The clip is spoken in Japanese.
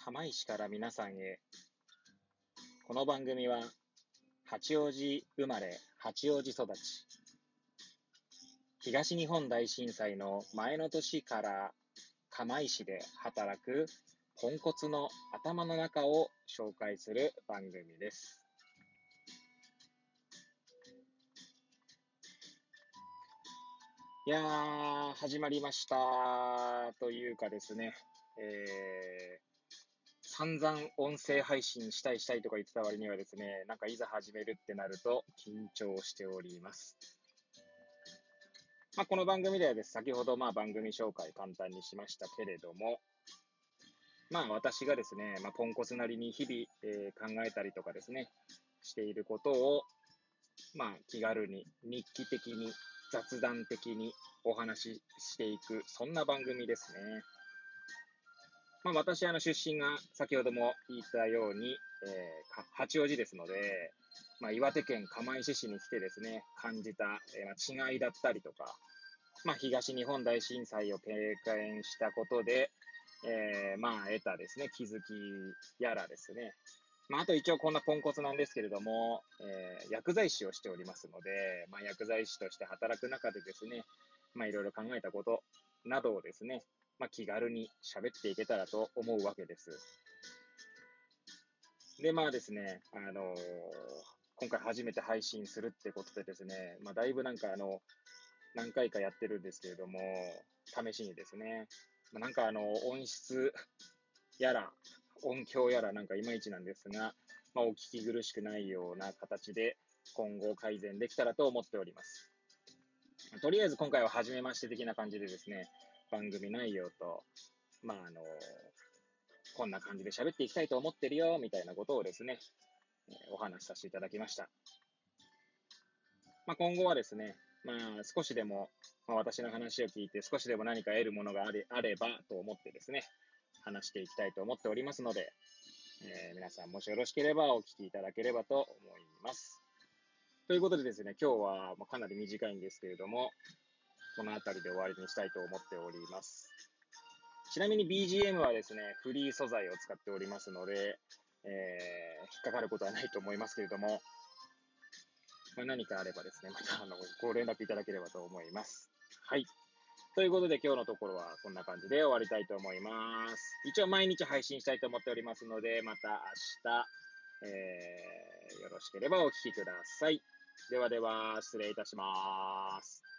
釜石から皆さんへ。この番組は八王子生まれ、八王子育ち。東日本大震災の前の年から釜石で働くポンコツの頭の中を紹介する番組です。いや始まりましたというかですね、散々音声配信したいとか言ってた割にはですね、なんかいざ始めるってなると緊張しております。この番組ではです、先ほど番組紹介簡単にしましたけれども、私がですね、ポンコツなりに日々、考えたりとかですね、していることを、気軽に、日記的に、雑談的にお話ししていく、そんな番組ですね。私、出身が先ほども言ったように、八王子ですので、岩手県釜石市に来てですね、感じた、違いだったりとか、東日本大震災を経験したことで、得たですね、気づきやらですね。あと一応こんなポンコツなんですけれども、薬剤師をしておりますので、薬剤師として働く中でですね、いろいろ考えたことなどをですね、気軽に喋っていけたらと思うわけです。で、ですね、今回初めて配信するってことでですね、だいぶ何回かやってるんですけれども、試しにですね、音質やら、音響やらいまいちなんですが、お聞き苦しくないような形で今後改善できたらと思っております。とりあえず今回は初めまして的な感じでですね、番組内容と、まあ、あの、こんな感じで喋っていきたいと思ってるよ、みたいなことをですね、お話しさせていただきました。今後はですね、少しでも、私の話を聞いて少しでも何か得るものがあればと思ってですね、話していきたいと思っておりますので、皆さんもしよろしければお聞きいただければと思います。ということでですね、今日はかなり短いんですけれども、この辺りで終わりにしたいと思っております。ちなみに BGM はですね、フリー素材を使っておりますので、引っかかることはないと思いますけれども、何かあればですね、またご連絡いただければと思います。はい。ということで今日のところはこんな感じで終わりたいと思います。一応毎日配信したいと思っておりますので、また明日、よろしければお聞きください。ではでは、失礼いたします。